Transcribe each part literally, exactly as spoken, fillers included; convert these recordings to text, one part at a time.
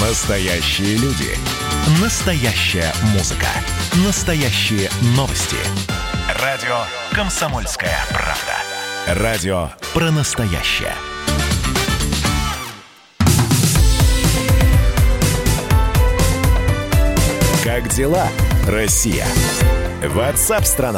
Настоящие люди. Настоящая музыка. Настоящие новости. Радио «Комсомольская правда». Радио про настоящее. Как дела, Россия? WhatsApp-страна.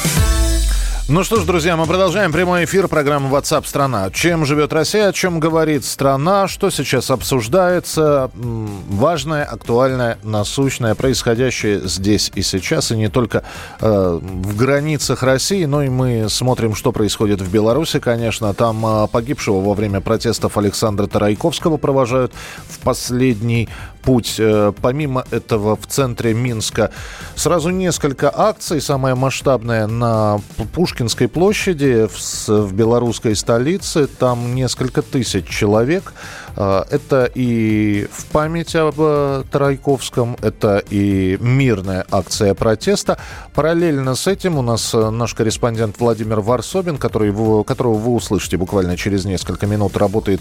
Ну что ж, друзья, мы продолжаем прямой эфир программы WhatsApp страна. Чем живет Россия, о чем говорит страна, что сейчас обсуждается, важное, актуальное, насущное, происходящее здесь и сейчас, и не только э, в границах России, но и мы смотрим, что происходит в Беларуси, конечно. Там э, погибшего во время протестов Александра Тарайковского провожают в последний путь. Помимо этого, в центре Минска сразу несколько акций. Самая масштабная на Пушкинской площади в, в белорусской столице. Там несколько тысяч человек. Это и в память об Тарайковском, это и мирная акция протеста. Параллельно с этим у нас наш корреспондент Владимир Варсобин, который, которого вы услышите буквально через несколько минут, работает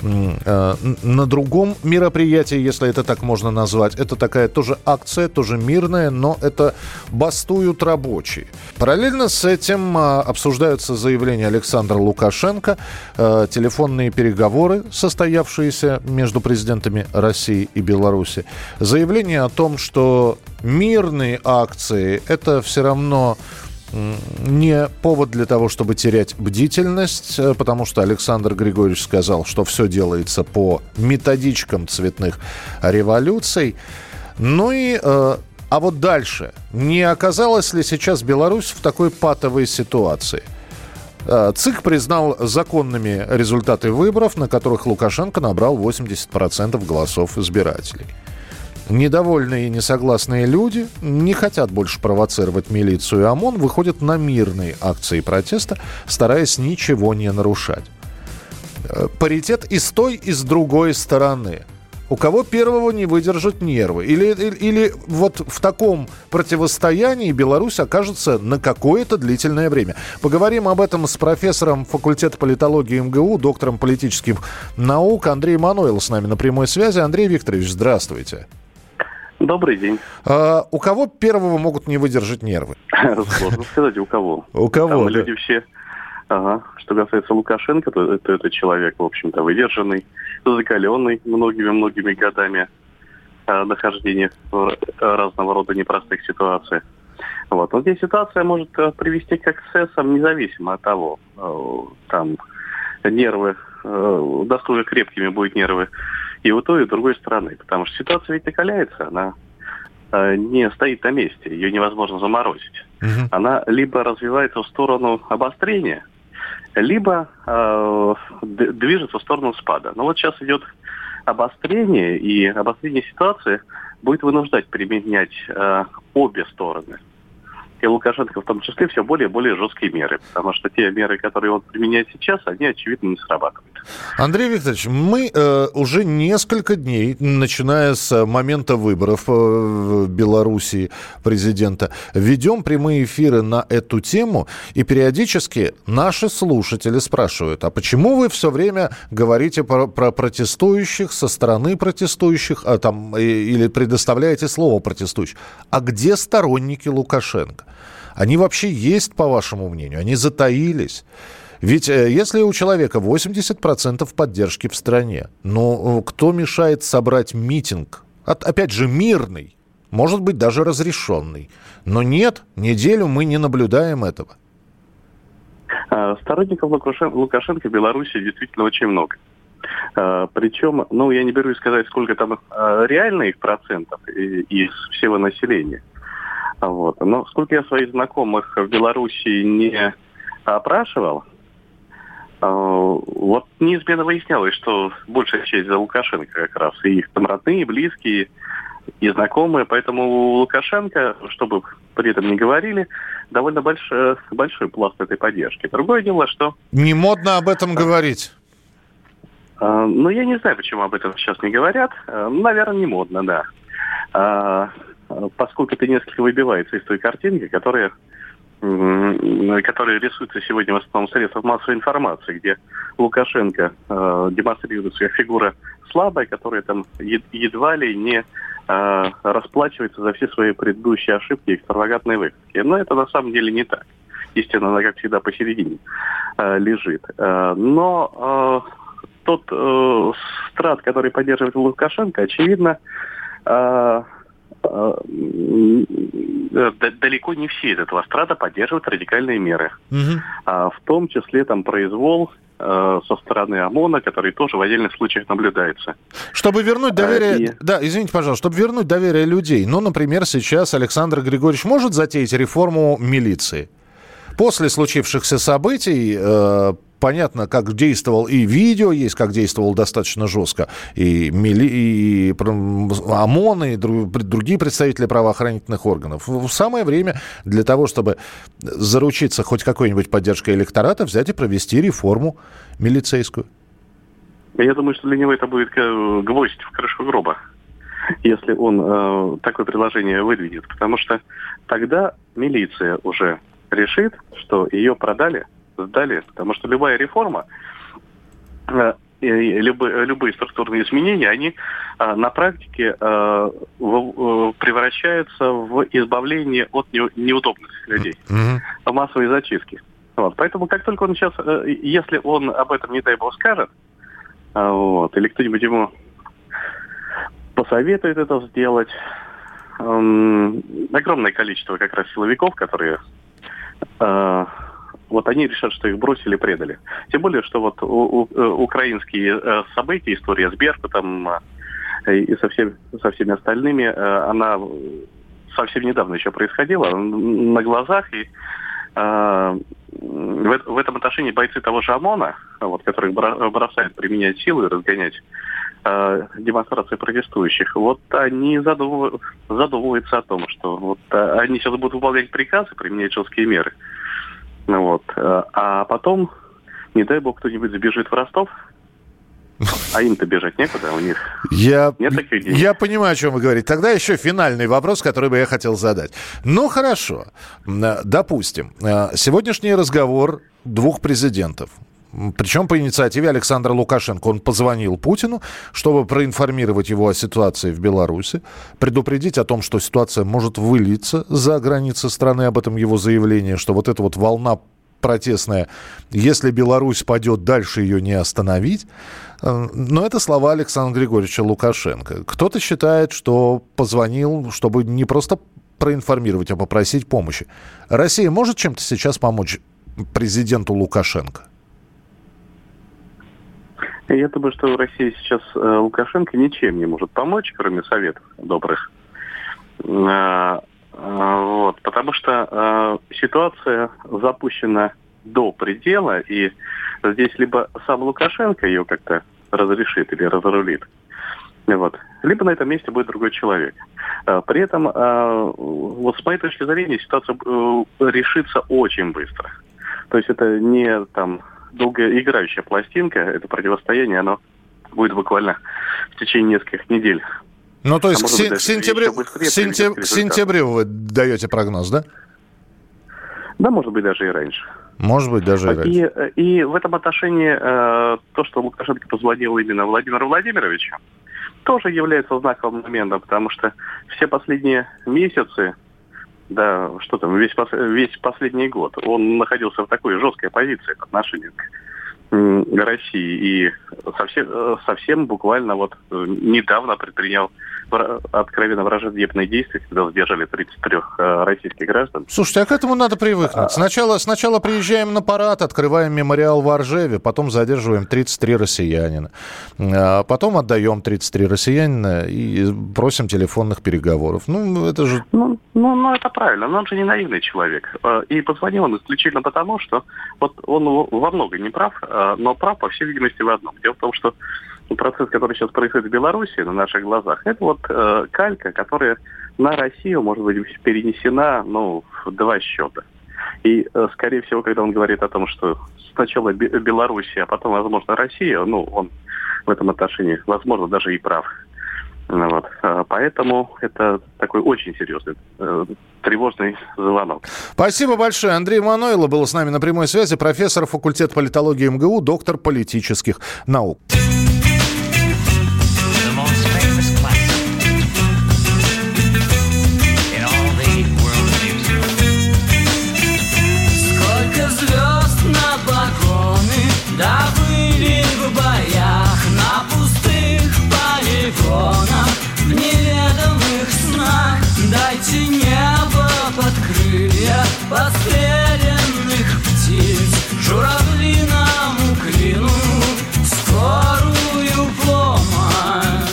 на другом мероприятии, если это так можно назвать. Это такая тоже акция, тоже мирная, но это бастуют рабочие. Параллельно с этим обсуждаются заявления Александра Лукашенко, телефонные переговоры, состоявшиеся между президентами России и Беларуси. Заявление о том, что мирные акции – это все равно не повод для того, чтобы терять бдительность, потому что Александр Григорьевич сказал, что все делается по методичкам цветных революций. Ну и, а вот дальше. Не оказалась ли сейчас Беларусь в такой патовой ситуации? ЦИК признал законными результаты выборов, на которых Лукашенко набрал восемьдесят процентов голосов избирателей. Недовольные и несогласные люди не хотят больше провоцировать милицию и ОМОН, выходят на мирные акции протеста, стараясь ничего не нарушать. Паритет и с той, и с другой стороны. У кого первого не выдержат нервы? Или, или, или вот в таком противостоянии Беларусь окажется на какое-то длительное время? Поговорим об этом с профессором факультета политологии МГУ, доктором политических наук Андреем Мануйловым с нами на прямой связи. Андрей Викторович, здравствуйте. Добрый день. А, у кого первого могут не выдержать нервы? Сложно сказать, у кого. У кого, Там да. люди все... Ага. Что касается Лукашенко, то это, это человек, в общем-то, выдержанный, закаленный многими-многими годами э, нахождения в разного рода непростых ситуациях. Вот. Но здесь ситуация может э, привести к эксцессам, независимо от того, э, там нервы, э, насколько крепкими будут нервы и у той, и у другой стороны. Потому что ситуация ведь накаляется, она э, не стоит на месте, ее невозможно заморозить. Угу. Она либо развивается в сторону обострения, либо э, движется в сторону спада. Но вот сейчас идет обострение, и обострение ситуации будет вынуждать применять э, обе стороны. И Лукашенко в том числе все более и более жесткие меры, потому что те меры, которые он применяет сейчас, они, очевидно, не срабатывают. Андрей Викторович, мы э, уже несколько дней, начиная с момента выборов э, в Белоруссии президента, ведем прямые эфиры на эту тему, и периодически наши слушатели спрашивают, а почему вы все время говорите про, про протестующих, со стороны протестующих, а, там, и, или предоставляете слово протестующих? А где сторонники Лукашенко? Они вообще есть, по вашему мнению? Они затаились? Ведь если у человека восемьдесят процентов поддержки в стране, ну, кто мешает собрать митинг? От, опять же, мирный, может быть, даже разрешенный. Но нет, неделю мы не наблюдаем этого. Сторонников Лукашенко в Беларуси действительно очень много. Причем, ну, я не берусь сказать, сколько там реально их процентов из всего населения. Вот. Но сколько я своих знакомых в Беларуси не опрашивал, вот неизменно выяснялось, что большая часть за Лукашенко как раз. И их там родные, близкие, и знакомые. Поэтому у Лукашенко, чтобы при этом не говорили, довольно большой, большой пласт этой поддержки. Другое дело, что... Не модно об этом говорить. Ну, я не знаю, почему об этом сейчас не говорят. Наверное, не модно, да. Поскольку это несколько выбивается из той картинки, которая которые рисуются сегодня в основном в средствах массовой информации, где Лукашенко э, демонстрируется как фигура слабая, которая там едва ли не э, расплачивается за все свои предыдущие ошибки и экстравагантные выходки. Но это на самом деле не так. Естественно, она, как всегда, посередине э, лежит. Э, но э, тот э, страт, который поддерживает Лукашенко, очевидно, э, далеко не все из этого страта поддерживают радикальные меры. Угу. А в том числе там произвол э, со стороны ОМОНа, который тоже в отдельных случаях наблюдается. Чтобы вернуть доверие... А, и... Да, извините, пожалуйста, чтобы вернуть доверие людей. Ну, например, сейчас Александр Григорьевич может затеять реформу милиции? После случившихся событий э, понятно, как действовал, и видео есть, как действовал достаточно жестко и, мили, и ОМОН, и другие представители правоохранительных органов. Самое время для того, чтобы заручиться хоть какой-нибудь поддержкой электората, взять и провести реформу милицейскую. Я думаю, что для него это будет гвоздь в крышу гроба, если он э, такое предложение выдвинет. Потому что тогда милиция уже решит, что ее продали, сдали, потому что любая реформа, э, любые, любые структурные изменения, они э, на практике э, в, э, превращаются в избавление от не, неудобных людей, mm-hmm. в массовые зачистки. Вот. Поэтому как только он сейчас, э, если он об этом, не дай бог, скажет, э, вот, или кто-нибудь ему посоветует это сделать, э, огромное количество как раз силовиков, которые э, вот они решат, что их бросили, предали. Тем более, что вот у, у, украинские э, события, история с Беркутом э, и со, всем, со всеми остальными, э, она совсем недавно еще происходила на глазах. И э, в, в этом отношении бойцы того же ОМОНа, вот, которых бросают применять силу и разгонять э, демонстрации протестующих, вот они задумываются, задумываются о том, что вот, они сейчас будут выполнять приказы, применять жесткие меры. Вот. А потом, не дай бог, кто-нибудь забежит в Ростов, а им-то бежать некуда, у них я, нет таких денег. Я понимаю, о чем вы говорите. Тогда еще финальный вопрос, который бы я хотел задать. Ну, хорошо. Допустим, сегодняшний разговор двух президентов, причем по инициативе Александра Лукашенко. Он позвонил Путину, чтобы проинформировать его о ситуации в Беларуси, предупредить о том, что ситуация может вылиться за границы страны, об этом его заявление, что вот эта вот волна протестная, если Беларусь пойдет дальше, ее не остановить. Но это слова Александра Григорьевича Лукашенко. Кто-то считает, что позвонил, чтобы не просто проинформировать, а попросить помощи. Россия может чем-то сейчас помочь президенту Лукашенко? Я думаю, что Россия сейчас э, Лукашенко ничем не может помочь, кроме советов добрых. Э, э, вот, потому что э, ситуация запущена до предела, и здесь либо сам Лукашенко ее как-то разрешит или разрулит, вот, либо на этом месте будет другой человек. Э, при этом, э, вот с моей точки зрения, ситуация э, решится очень быстро. То есть это не там... долгоиграющая пластинка, это противостояние, оно будет буквально в течение нескольких недель. Ну, то есть а к, сен- к, сентябрю, к, сентяб- к сентябрю вы даете прогноз, да? Да, может быть, даже и раньше. Может быть, даже и раньше. И, и в этом отношении э, то, что Лукашенко позвонил именно Владимиру Владимировичу, тоже является знаковым моментом, потому что все последние месяцы, да, что там, весь, весь последний год он находился в такой жесткой позиции по отношению к м, России и совсем, совсем буквально вот недавно предпринял откровенно враждебные действия, когда задержали тридцать три э, российских граждан. Слушайте, а к этому надо привыкнуть. Сначала, сначала приезжаем на парад, открываем мемориал в Оржеве, потом задерживаем тридцать три россиянина. А потом отдаем тридцать три россиянина и просим телефонных переговоров. Ну, это же... Ну, ну, ну, это правильно. Но он же не наивный человек. И позвонил он исключительно потому, что вот он во многом не прав, но прав, по всей видимости, в одном. Дело в том, что процесс, который сейчас происходит в Беларуси на наших глазах, это вот э, калька, которая на Россию может быть перенесена, ну, в два счета. И, э, скорее всего, когда он говорит о том, что сначала Беларусь, а потом, возможно, Россия, ну, он в этом отношении, возможно, даже и прав. Вот. Поэтому это такой очень серьезный, тревожный звонок. Спасибо большое. Андрей Мануйло был с нами на прямой связи, профессор факультета политологии эм гэ у, доктор политических наук. Сколько звезд над балконами добыли в боях на пустых полигонах, в неведомых снах. Дайте небо под крылья подстреленных птиц, журавлиному клину скорую помощь.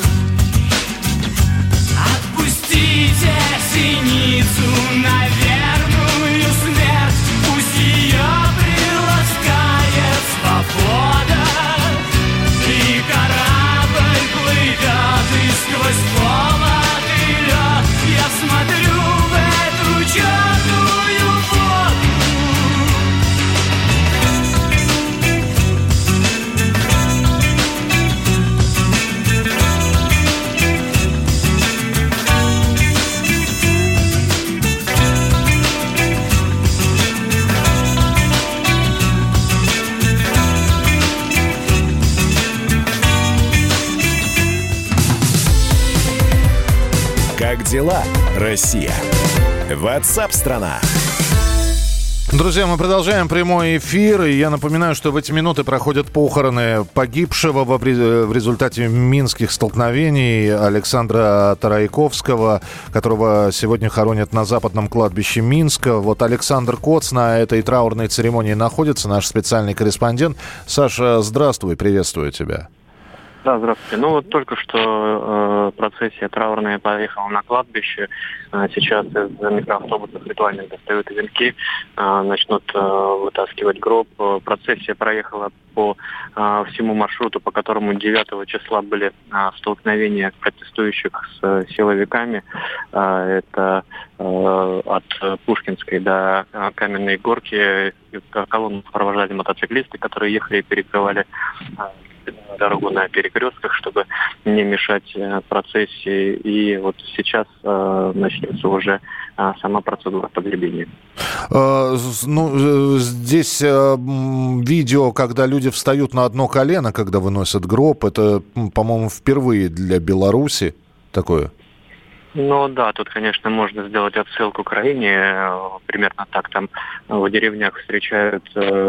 Отпустите синицу на верную смерть, пусть ее приласкает свобода, и корабль плывет и сквозь поводы лед. Я смотрю в эту черную воду. Как дела, Россия? WhatsApp-страна. Друзья, мы продолжаем прямой эфир, и я напоминаю, что в эти минуты проходят похороны погибшего в результате минских столкновений Александра Тарайковского, которого сегодня хоронят на западном кладбище Минска. Вот Александр Коц на этой траурной церемонии находится, наш специальный корреспондент. Саша, здравствуй, приветствую тебя. Да, здравствуйте. Ну вот только что э, процессия траурная поехала на кладбище. Э, сейчас из микроавтобусов ритуально достают венки, э, начнут э, вытаскивать гроб. Э, процессия проехала по э, всему маршруту, по которому девятого числа были э, столкновения протестующих с э, силовиками. Э, это э, от Пушкинской до э, Каменной Горки. Колонну сопровождали мотоциклисты, которые ехали и перекрывали э, дорогу на перекрестках, чтобы не мешать э, процессии. И вот сейчас э, начнется уже э, сама процедура погребения. Э, ну, здесь э, видео, когда люди встают на одно колено, когда выносят гроб, это, по-моему, впервые для Беларуси такое. Ну да, тут, конечно, можно сделать отсылку к Украине. Примерно так там в деревнях встречают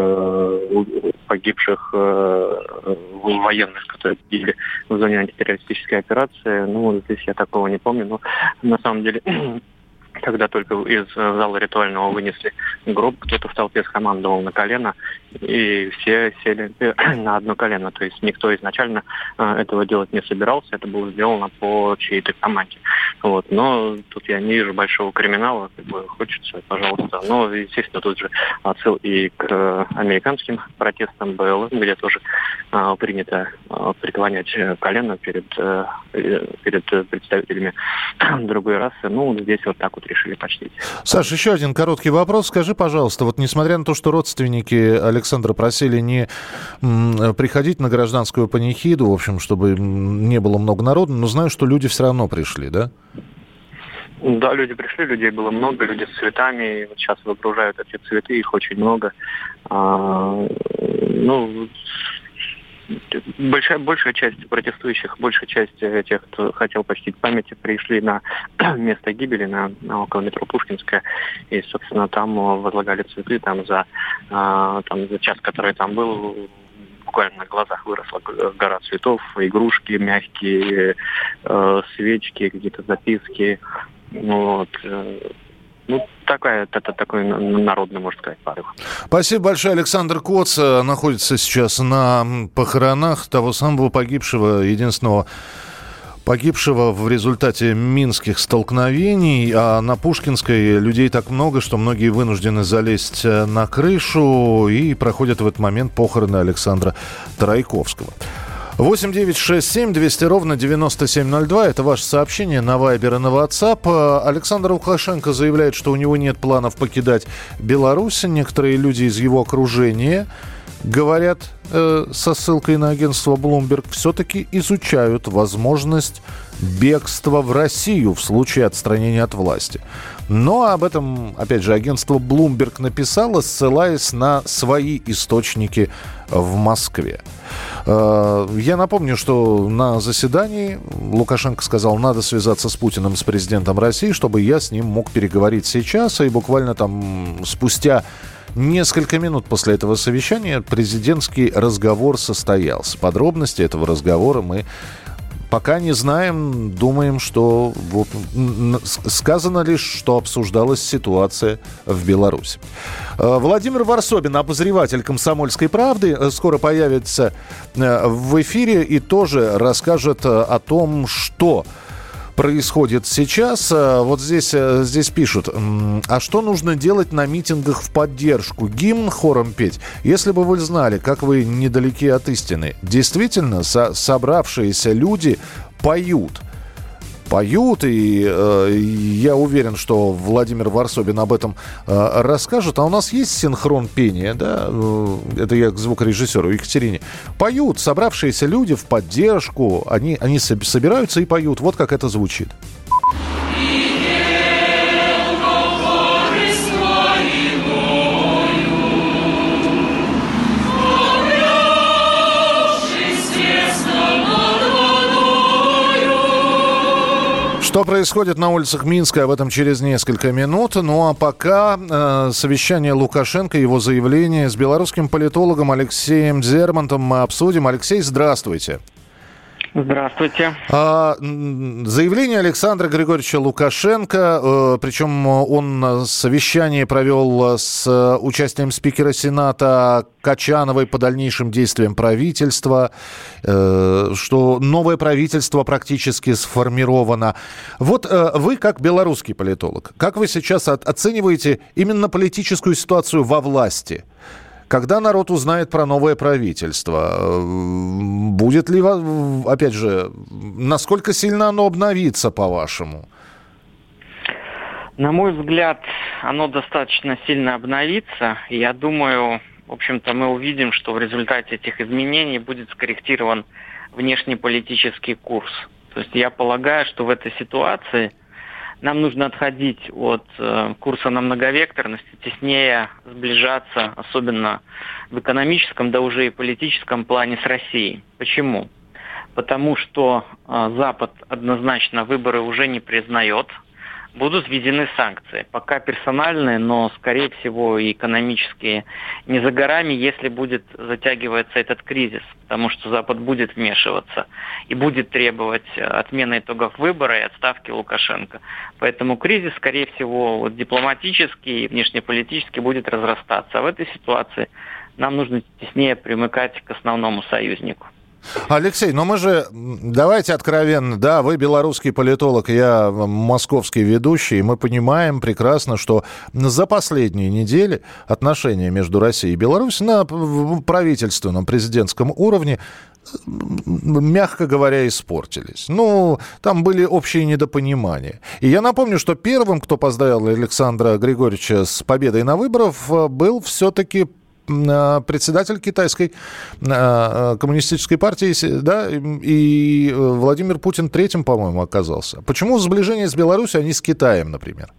э, погибших э, военных, которые погибли в зоне антитеррористической операции. Ну, здесь я такого не помню, но на самом деле... Когда только из зала ритуального вынесли гроб, кто-то в толпе скомандовал на колено, и все сели на одно колено. То есть никто изначально этого делать не собирался, это было сделано по чьей-то команде. Вот. Но тут я не вижу большого криминала, как бы хочется, пожалуйста. Но, естественно, тут же отсыл и к американским протестам бэ эл эм, где тоже а, принято а, преклонять колено перед, а, перед представителями другой расы. Ну, здесь вот так вот решили почтить. Саш, еще один короткий вопрос. Скажи, пожалуйста, вот несмотря на то, что родственники Александра просили не м, приходить на гражданскую панихиду, в общем, чтобы не было много народу, но знаю, что люди все равно пришли, да? Да, люди пришли, людей было много, люди с цветами. Вот сейчас выгружают эти цветы, их очень много. А, ну... Большая, большая часть протестующих, большая часть тех, кто хотел почтить память, пришли на место гибели, на, на около метро Пушкинская, и, собственно, там возлагали цветы, там за, а, там за час, который там был, буквально на глазах выросла гора цветов, игрушки мягкие, э, свечки, какие-то записки, вот. Ну, такая, это такой народный, можно сказать, порыв. Спасибо большое. Александр Коц находится сейчас на похоронах того самого погибшего, единственного погибшего в результате минских столкновений. А на Пушкинской людей так много, что многие вынуждены залезть на крышу, и проходят в этот момент похороны Александра Тарайковского. восемь девятьсот шестьдесят семь двести ровно девяносто семь ноль два. Это ваше сообщение на Вайбер и на WhatsApp. Александр Лукашенко заявляет, что у него нет планов покидать Беларусь. Некоторые люди из его окружения говорят э, со ссылкой на агентство Bloomberg, все-таки изучают возможность бегства в Россию в случае отстранения от власти. Но об этом, опять же, агентство Bloomberg написало, ссылаясь на свои источники в Москве. Я напомню, что на заседании Лукашенко сказал, надо связаться с Путиным, с президентом России, чтобы я с ним мог переговорить сейчас. И буквально там спустя несколько минут после этого совещания президентский разговор состоялся. Подробности этого разговора мы пока не знаем, думаем, что вот, сказано лишь, что обсуждалась ситуация в Беларуси. Владимир Варсобин, обозреватель «Комсомольской правды», скоро появится в эфире и тоже расскажет о том, что происходит сейчас. Вот здесь, здесь пишут, а что нужно делать на митингах в поддержку? Гимн хором петь? Если бы вы знали, как вы недалеки от истины. Действительно, со- собравшиеся люди поют. Поют, и э, я уверен, что Владимир Варсобин об этом э, расскажет. А у нас есть синхрон пения, да? Это я к звукорежиссеру Екатерине. Поют собравшиеся люди в поддержку. Они, они собираются и поют. Вот как это звучит. Что происходит на улицах Минска, об этом через несколько минут. Ну а пока э, совещание Лукашенко, его заявление с белорусским политологом Алексеем Дзермантом мы обсудим. Алексей, здравствуйте. Здравствуйте. А, заявление Александра Григорьевича Лукашенко, э, причем он совещание провел с участием спикера Сената Качановой по дальнейшим действиям правительства, э, что новое правительство практически сформировано. Вот э, вы, как белорусский политолог, как вы сейчас от, оцениваете именно политическую ситуацию во власти? Когда народ узнает про новое правительство, будет ли, опять же, насколько сильно оно обновится, по-вашему? На мой взгляд, оно достаточно сильно обновится. И я думаю, в общем-то, мы увидим, что в результате этих изменений будет скорректирован внешнеполитический курс. То есть я полагаю, что в этой ситуации нам нужно отходить от э, курса на многовекторность, теснее сближаться, особенно в экономическом, да уже и политическом плане с Россией. Почему? Потому что э, Запад однозначно выборы уже не признает, будут введены санкции. Пока персональные, но, скорее всего, и экономические не за горами, если будет затягиваться этот кризис, потому что Запад будет вмешиваться и будет требовать отмены итогов выбора и отставки Лукашенко. Поэтому кризис, скорее всего, вот, дипломатический и внешнеполитический будет разрастаться. А в этой ситуации нам нужно теснее примыкать к основному союзнику. Алексей, но мы же, давайте откровенно, да, вы белорусский политолог, я московский ведущий, и мы понимаем прекрасно, что за последние недели отношения между Россией и Беларусью на правительственном, президентском уровне, мягко говоря, испортились. Ну, там были общие недопонимания. И я напомню, что первым, кто поздравил Александра Григорьевича с победой на выборах, был все-таки председатель китайской коммунистической партии, да, и Владимир Путин третьим, по-моему, оказался. Почему сближение с Беларусью, а не с Китаем, например?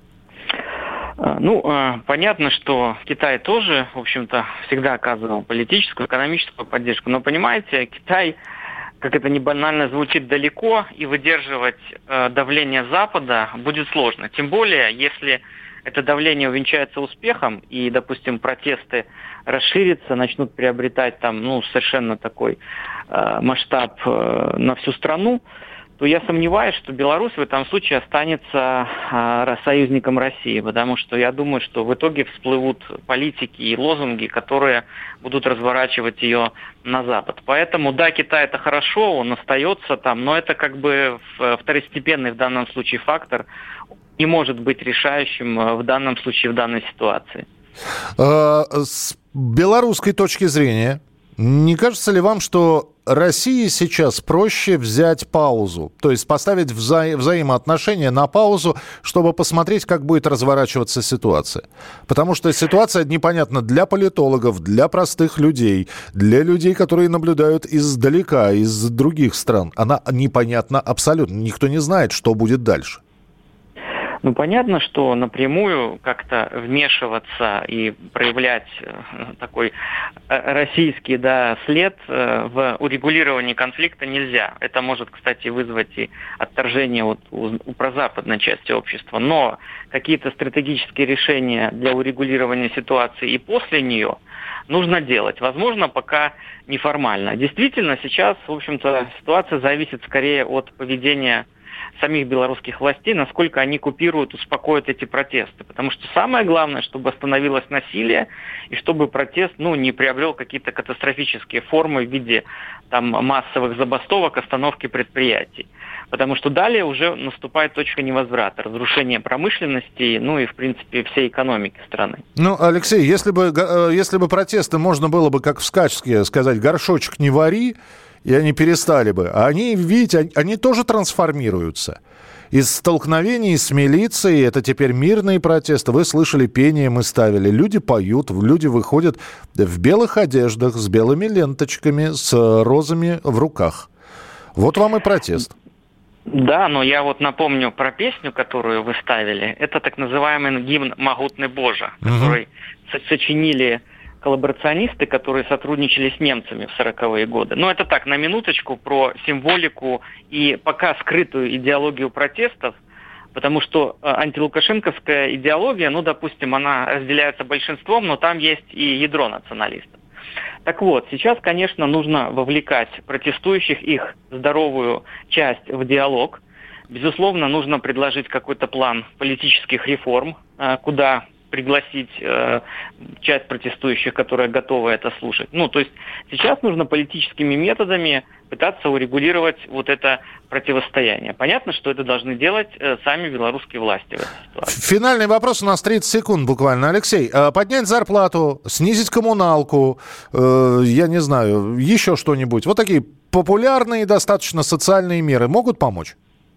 Ну, понятно, что Китай тоже, в общем-то, всегда оказывал политическую, экономическую поддержку. Но, понимаете, Китай, как это не банально звучит, далеко, и выдерживать давление Запада будет сложно. Тем более, если это давление увенчается успехом, и, допустим, протесты расширятся, начнут приобретать там, ну, совершенно такой э, масштаб э, на всю страну, то я сомневаюсь, что Беларусь в этом случае останется э, союзником России, потому что я думаю, что в итоге всплывут политики и лозунги, которые будут разворачивать ее на Запад. Поэтому, да, Китай это хорошо, он остается там, но это как бы второстепенный в данном случае фактор, не может быть решающим в данном случае, в данной ситуации. С белорусской точки зрения, Не кажется ли вам, что России сейчас проще взять паузу, то есть поставить вза- взаимоотношения на паузу, чтобы посмотреть, как будет разворачиваться ситуация? Потому что ситуация непонятна для политологов, для простых людей, для людей, которые наблюдают издалека, из других стран. Она непонятна абсолютно. Никто не знает, что будет дальше. Ну, понятно, что напрямую как-то вмешиваться и проявлять такой российский, да, след в урегулировании конфликта нельзя. Это может, кстати, вызвать и отторжение вот у, у прозападной части общества. Но какие-то стратегические решения для урегулирования ситуации и после нее нужно делать. Возможно, пока неформально. Действительно, сейчас, в общем-то, ситуация зависит скорее от поведения самих белорусских властей, насколько они купируют, успокоят эти протесты. Потому что самое главное, чтобы остановилось насилие и чтобы протест, ну, не приобрел какие-то катастрофические формы в виде там массовых забастовок, остановки предприятий. Потому что далее уже наступает точка невозврата, разрушение промышленности, ну и, в принципе, всей экономики страны. Ну, Алексей, если бы, если бы протесты можно было бы, как в сказке, сказать, горшочек не вари, и они перестали бы. А они, видите, они, они тоже трансформируются. Из столкновений с милицией, это теперь мирные протесты. Вы слышали, пение мы ставили. Люди поют, люди выходят в белых одеждах, с белыми ленточками, с розами в руках. Вот вам и протест. Да, но я вот напомню про песню, которую вы ставили. Это так называемый гимн «Могутный Боже», который угу. сочинили коллаборационисты, которые сотрудничали с немцами в сороковые годы. Но это так, на минуточку, про символику и пока скрытую идеологию протестов, потому что антилукашенковская идеология, ну, допустим, она разделяется большинством, но там есть и ядро националистов. Так вот, сейчас, конечно, нужно вовлекать протестующих, их здоровую часть в диалог. Безусловно, нужно предложить какой-то план политических реформ, куда пригласить э, часть протестующих, которая готова это слушать. Ну, то есть сейчас нужно политическими методами пытаться урегулировать вот это противостояние. Понятно, что это должны делать э, сами белорусские власти в этой ситуации. Финальный вопрос, у нас тридцать секунд буквально. Алексей, э, поднять зарплату, снизить коммуналку, э, я не знаю, еще что-нибудь. Вот такие популярные достаточно социальные меры могут помочь?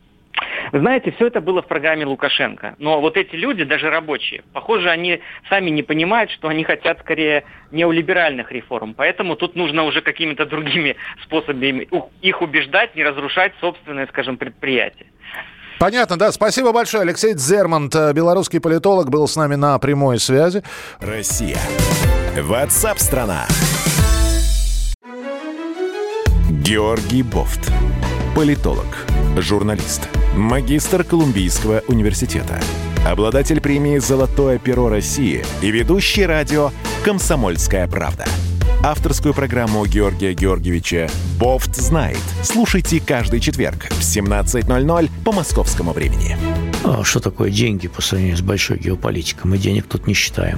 Вы знаете, все это было в программе Лукашенко. Но вот эти люди, даже рабочие, похоже, они сами не понимают, что они хотят скорее неолиберальных реформ. Поэтому тут нужно уже какими-то другими способами их убеждать, не разрушать собственные, скажем, предприятия. Понятно, да. Спасибо большое. Алексей Дзермант, белорусский политолог, был с нами на прямой связи. Россия. WhatsApp-страна. Георгий Бофт. Политолог, журналист, магистр Колумбийского университета, обладатель премии «Золотое перо России» и ведущий радио «Комсомольская правда». Авторскую программу Георгия Георгиевича «Бофт знает». Слушайте каждый четверг в семнадцать ноль ноль по московскому времени. А что такое деньги по сравнению с большой геополитикой? Мы денег тут не считаем.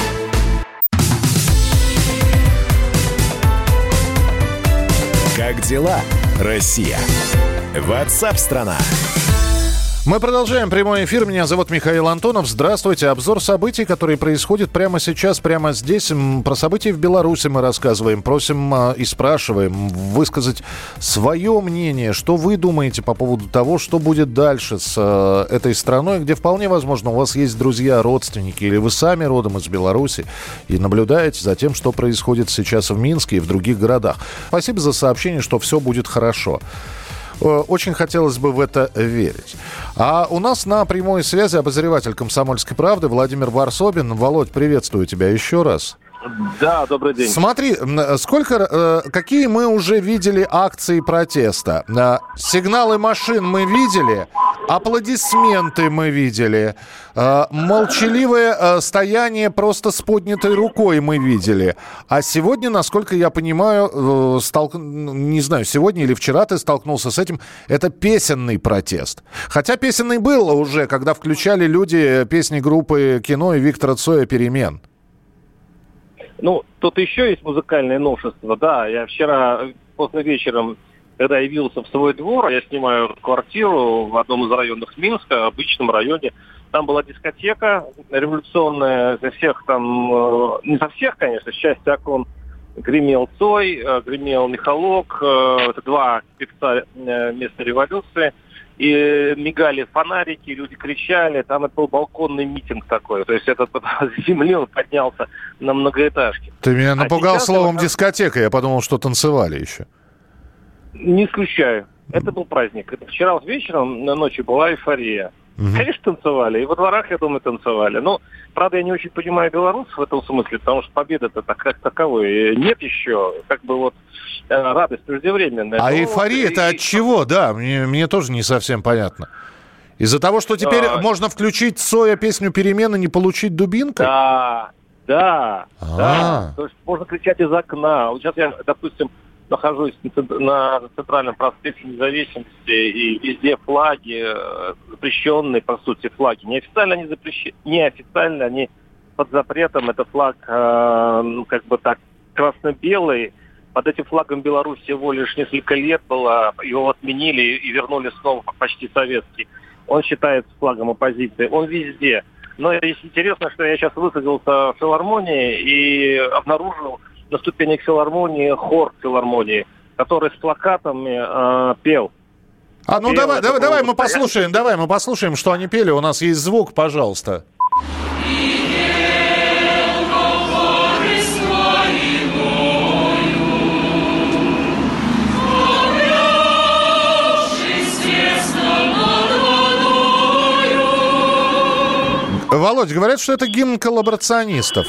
Как дела, Россия? WhatsApp-страна. Мы продолжаем прямой эфир. Меня зовут Михаил Антонов. Здравствуйте. Обзор событий, которые происходят прямо сейчас, прямо здесь. Про события в Беларуси мы рассказываем. Просим и спрашиваем высказать свое мнение. Что вы думаете по поводу того, что будет дальше с этой страной, где вполне возможно у вас есть друзья, родственники, или вы сами родом из Беларуси и наблюдаете за тем, что происходит сейчас в Минске и в других городах. Спасибо за сообщение, что все будет хорошо. Очень хотелось бы в это верить. А у нас на прямой связи обозреватель «Комсомольской правды» Владимир Варсобин. Володь, приветствую тебя еще раз. Да, добрый день. Смотри, сколько, какие мы уже видели акции протеста. Сигналы машин мы видели, аплодисменты мы видели, молчаливое стояние просто с поднятой рукой мы видели. А сегодня, насколько я понимаю, столк... не знаю, сегодня или вчера ты столкнулся с этим, это песенный протест. Хотя песенный был уже, когда включали люди песни группы «Кино» и Виктора Цоя «Перемен». Ну, тут еще есть музыкальное новшество. Да, я вчера поздно вечером, когда явился в свой двор, я снимаю квартиру в одном из районов Минска, обычном районе. Там была дискотека революционная, за всех там, не за всех, конечно, с части окон гремел Цой, гремел Михалок, это два певца местной революции, и мигали фонарики, люди кричали, там это был балконный митинг такой, то есть этот с земли он поднялся на многоэтажке. Ты меня напугал а словом это... дискотека, я подумал, что танцевали еще. Не исключаю, это был праздник. Это вчера вечером, на ночи была эйфория. Угу. Конечно, танцевали. И во дворах, я думаю, танцевали. Но, правда, я не очень понимаю белорусов в этом смысле, потому что победа-то так, как таковой нет еще. Как бы вот радость преждевременная. А Но эйфория-то вот, от и... чего? Да, мне, мне тоже не совсем понятно. Из-за того, что теперь а... можно включить Цоя песню «Перемены», не получить дубинкой? Да, да, А-а-а. да. То есть можно кричать из окна. Вот сейчас я, допустим, нахожусь на центральном проспекте Независимости, и везде флаги, запрещенные, по сути, флаги. Неофициально они запрещены, неофициально они под запретом. Это флаг, э, ну, как бы так, красно-белый. Под этим флагом Беларусь всего лишь несколько лет было, его отменили и вернули снова почти советский. Он считается флагом оппозиции, он везде. Но есть интересно, что я сейчас высадился в филармонии и обнаружил на ступенях филармонии хор филармонии, который с плакатами э, пел. А ну пел давай, давай, давай мы стоять. послушаем, давай мы послушаем, что они пели. У нас есть звук, пожалуйста. Володь, говорят, что это гимн коллаборационистов.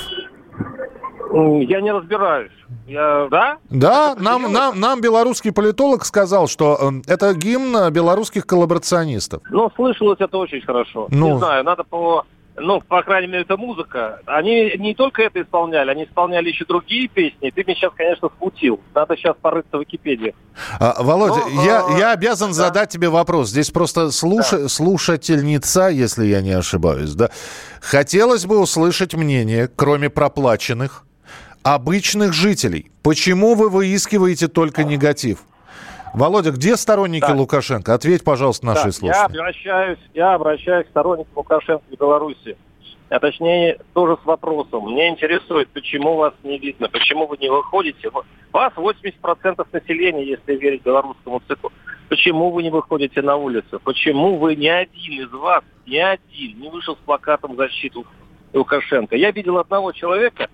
Я не разбираюсь. Я... Да? Да, Это нам, нам, нам белорусский политолог сказал, что э, это гимн белорусских коллаборационистов. Ну, слышалось это очень хорошо. Ну... Не знаю, надо по... Ну, по крайней мере, это музыка. Они не только это исполняли, они исполняли еще другие песни. Ты меня сейчас, конечно, смутил. Надо сейчас порыться в Википедии. А, Володя, ну, я, а... я обязан да. задать тебе вопрос. Здесь просто слуш... да. слушательница, если я не ошибаюсь, да? Хотелось бы услышать мнение, кроме проплаченных, обычных жителей. Почему вы выискиваете только негатив? Володя, где сторонники да. Лукашенко? Ответь, пожалуйста, нашей да, слушателям. Я обращаюсь, я обращаюсь к сторонникам Лукашенко в Беларуси. А точнее, тоже с вопросом. Мне интересует, почему вас не видно, почему вы не выходите. Вас восемьдесят процентов населения, если верить белорусскому циклу. Почему вы не выходите на улицу? Почему вы ни один из вас, ни один не вышел с плакатом в защиту Лукашенко? Я видел одного человека,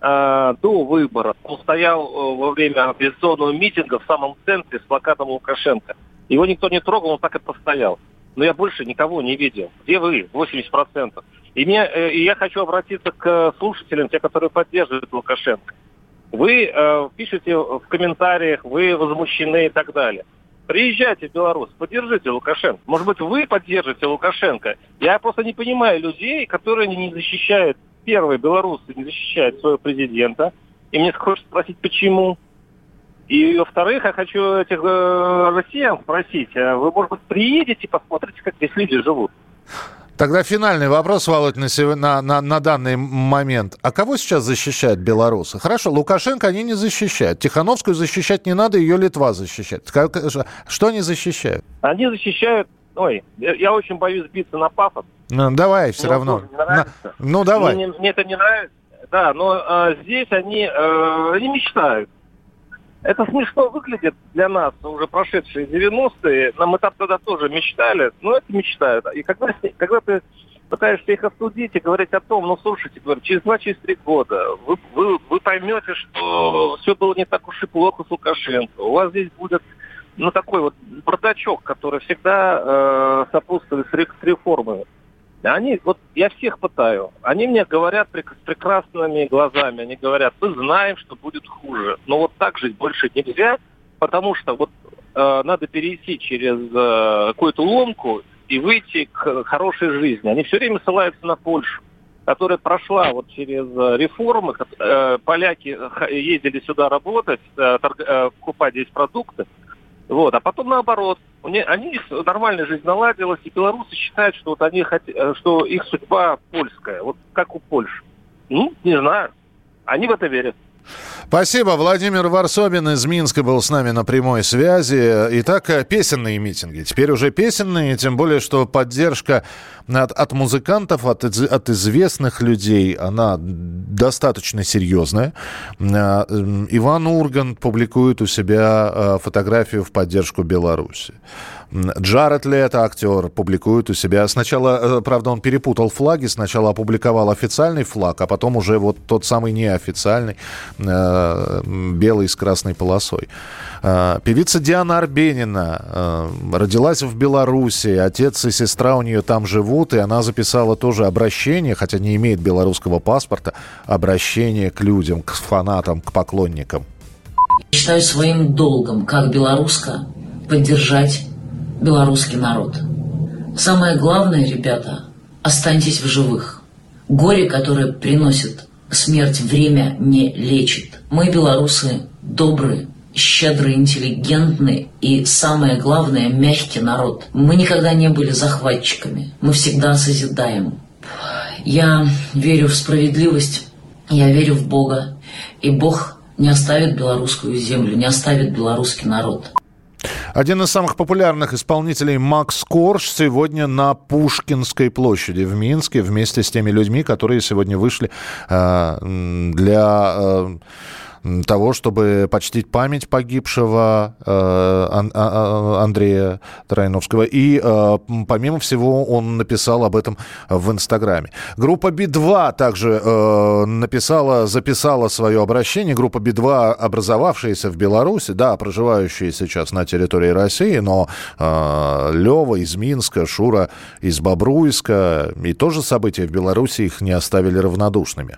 до выборов. Он стоял во время оппозиционного митинга в самом центре с плакатом Лукашенко. Его никто не трогал, он так и постоял. Но я больше никого не видел. Где вы? восемьдесят процентов. И, мне, и я хочу обратиться к слушателям, те, которые поддерживают Лукашенко. Вы э, пишете в комментариях, вы возмущены и так далее. Приезжайте в Беларусь, поддержите Лукашенко. Может быть, вы поддержите Лукашенко. Я просто не понимаю людей, которые не защищают. Первые белорусы не защищают своего президента. И мне хочется спросить, почему. И, во-вторых, я хочу этих э, россиян спросить. А вы, может быть, приедете, посмотрите, как здесь люди живут. Тогда финальный вопрос, Володь, на, на, на, на данный момент. А кого сейчас защищают белорусы? Хорошо, Лукашенко они не защищают. Тихановскую защищать не надо, ее Литва защищает. Что они защищают? Они защищают... Ой, я очень боюсь сбиться на пафос. Ну, давай, все мне равно. На... Ну, давай. Мне, мне это не нравится. Да, но а, здесь они, а, они мечтают. Это смешно выглядит для нас, уже прошедшие девяностые. Нам мы там тогда тоже мечтали, но это мечтают. И когда, когда ты пытаешься их осудить и говорить о том, ну, слушайте, говорю, через два, через три года вы, вы, вы поймете, что все было не так уж и плохо с Лукашенко. У вас здесь будет... Ну, такой вот бардачок, который всегда э, сопутствует с реформами. Они, вот я всех пытаю, они мне говорят с прекрасными глазами, они говорят, мы знаем, что будет хуже, но вот так жить больше нельзя, потому что вот э, надо перейти через э, какую-то ломку и выйти к хорошей жизни. Они все время ссылаются на Польшу, которая прошла вот через реформы, э, поляки ездили сюда работать, э, торг, э, покупать здесь продукты. Вот, а потом наоборот, они нормальная жизнь наладилась, и белорусы считают, что вот они хотят, что их судьба польская, вот как у Польши. Ну, не знаю, они в это верят. Спасибо. Владимир Варсобин из Минска был с нами на прямой связи. Итак, песенные митинги. Теперь уже песенные, тем более, что поддержка от, от музыкантов, от, от известных людей, она достаточно серьезная. Иван Ургант публикует у себя фотографию в поддержку Беларуси. Джаред Лето, актер, публикует у себя. Сначала, правда, он перепутал флаги. Сначала опубликовал официальный флаг, а потом уже вот тот самый неофициальный, э, белый с красной полосой. Э, певица Диана Арбенина э, родилась в Беларуси. Отец и сестра у нее там живут. И она записала тоже обращение, хотя не имеет белорусского паспорта, обращение к людям, к фанатам, к поклонникам. Считаю своим долгом, как белоруска, поддержать белорусский народ. Самое главное, ребята, останьтесь в живых. Горе, которое приносит смерть, время не лечит. Мы, белорусы, добрые, щедрые, интеллигентные и, самое главное, мягкий народ. Мы никогда не были захватчиками. Мы всегда созидаем. Я верю в справедливость, я верю в Бога. И Бог не оставит белорусскую землю, не оставит белорусский народ. Один из самых популярных исполнителей Макс Корж сегодня на Пушкинской площади в Минске вместе с теми людьми, которые сегодня вышли э, для э, того, чтобы почтить память погибшего э, Ан- а- Андрея Троиновского. И э, помимо всего он написал об этом в Инстаграме. Группа Би два также э, написала, записала свое обращение. Группа Би два, образовавшаяся в Беларуси, да, проживающая сейчас на территории России, но э, Лёва из Минска, Шура из Бобруйска. И тоже события в Беларуси их не оставили равнодушными.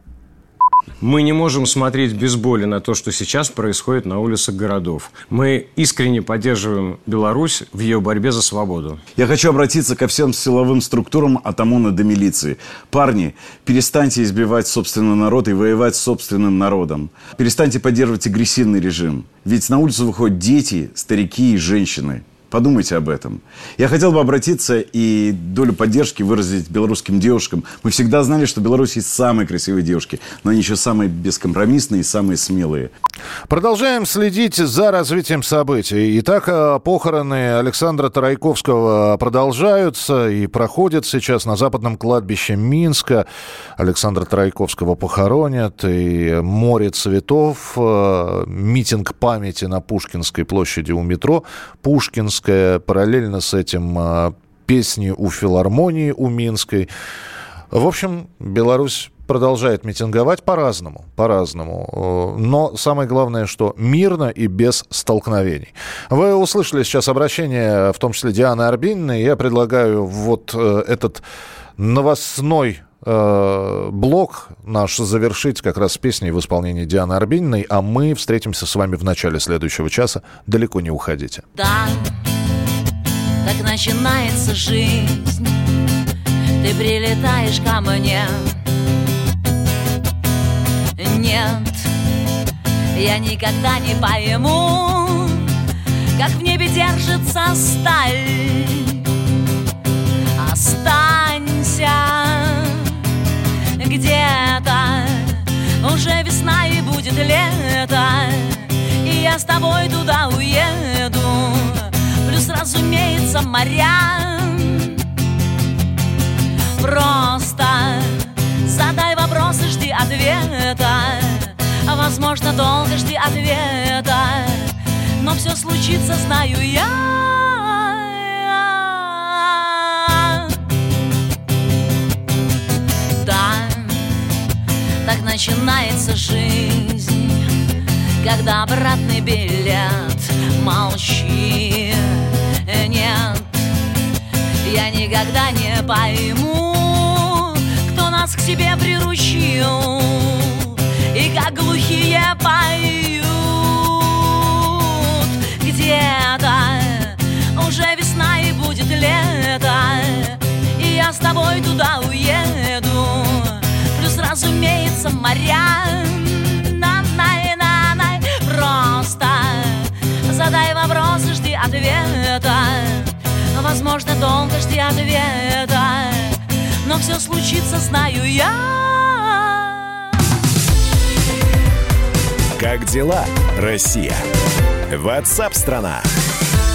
Мы не можем смотреть без боли на то, что сейчас происходит на улицах городов. Мы искренне поддерживаем Беларусь в ее борьбе за свободу. Я хочу обратиться ко всем силовым структурам от ОМОНа до милиции. Парни, перестаньте избивать собственный народ и воевать с собственным народом. Перестаньте поддерживать агрессивный режим. Ведь на улицу выходят дети, старики и женщины. Подумайте об этом. Я хотел бы обратиться и долю поддержки выразить белорусским девушкам. Мы всегда знали, что в Беларуси есть самые красивые девушки, но они еще самые бескомпромиссные и самые смелые. Продолжаем следить за развитием событий. Итак, похороны Александра Тарайковского продолжаются и проходят сейчас на западном кладбище Минска. Александра Тарайковского похоронят, и море цветов, митинг памяти на Пушкинской площади у метро Пушкинская. Параллельно с этим песни у филармонии у Минской. В общем, Беларусь продолжает митинговать по-разному, по-разному. Но самое главное, что мирно и без столкновений. Вы услышали сейчас обращение, в том числе Дианы Арбениной. Я предлагаю вот этот новостной блок наш завершить как раз с песней в исполнении Дианы Арбениной, а мы встретимся с вами в начале следующего часа. Далеко не уходите. Да, так начинается жизнь. Ты прилетаешь ко мне. Нет, я никогда не пойму, как в небе держится сталь. Останься где-то, уже весна и будет лето, и я с тобой туда уеду. Плюс, разумеется, моря. Просто задай вопрос и жди ответа. Возможно, долго жди ответа, но все случится, знаю я. Так начинается жизнь, когда обратный билет. Молчи, нет, я никогда не пойму, кто нас к себе приручил и как глухие поют. Где-то уже весна и будет лето, и я с тобой туда уеду. Плюс, разумеется, моря. На-най-на-най. Просто задай вопрос и жди ответа. Возможно, долго жди ответа, но все случится, знаю я. Как дела, Россия? WhatsApp-страна.